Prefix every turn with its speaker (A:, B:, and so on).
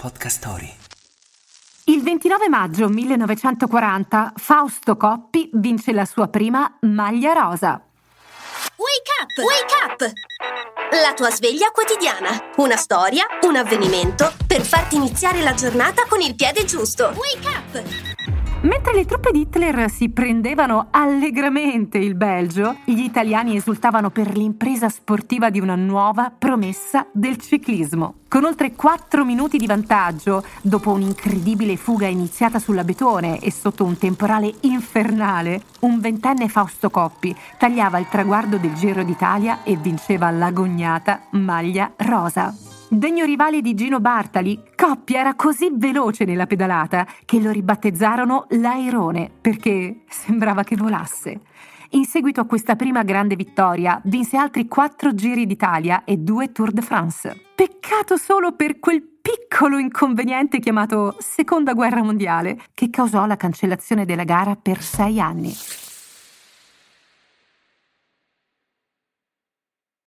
A: Podcast Story.
B: Il 29 maggio 1940 Fausto Coppi vince la sua prima maglia rosa.
C: Wake up! La tua sveglia quotidiana. Una storia, un avvenimento per farti iniziare la giornata con il piede giusto. Wake up!
B: Mentre le truppe di Hitler si prendevano allegramente il Belgio, gli italiani esultavano per l'impresa sportiva di una nuova promessa del ciclismo. Con oltre 4 minuti di vantaggio, dopo un'incredibile fuga iniziata sull'Abetone e sotto un temporale infernale, un ventenne Fausto Coppi tagliava il traguardo del Giro d'Italia e vinceva l'agognata maglia rosa. Degno rivale di Gino Bartali, Coppi era così veloce nella pedalata che lo ribattezzarono l'Airone perché sembrava che volasse. In seguito a questa prima grande vittoria vinse altri 4 Giri d'Italia e 2 Tour de France. Peccato solo per quel piccolo inconveniente chiamato Seconda Guerra Mondiale che causò la cancellazione della gara per 6 anni.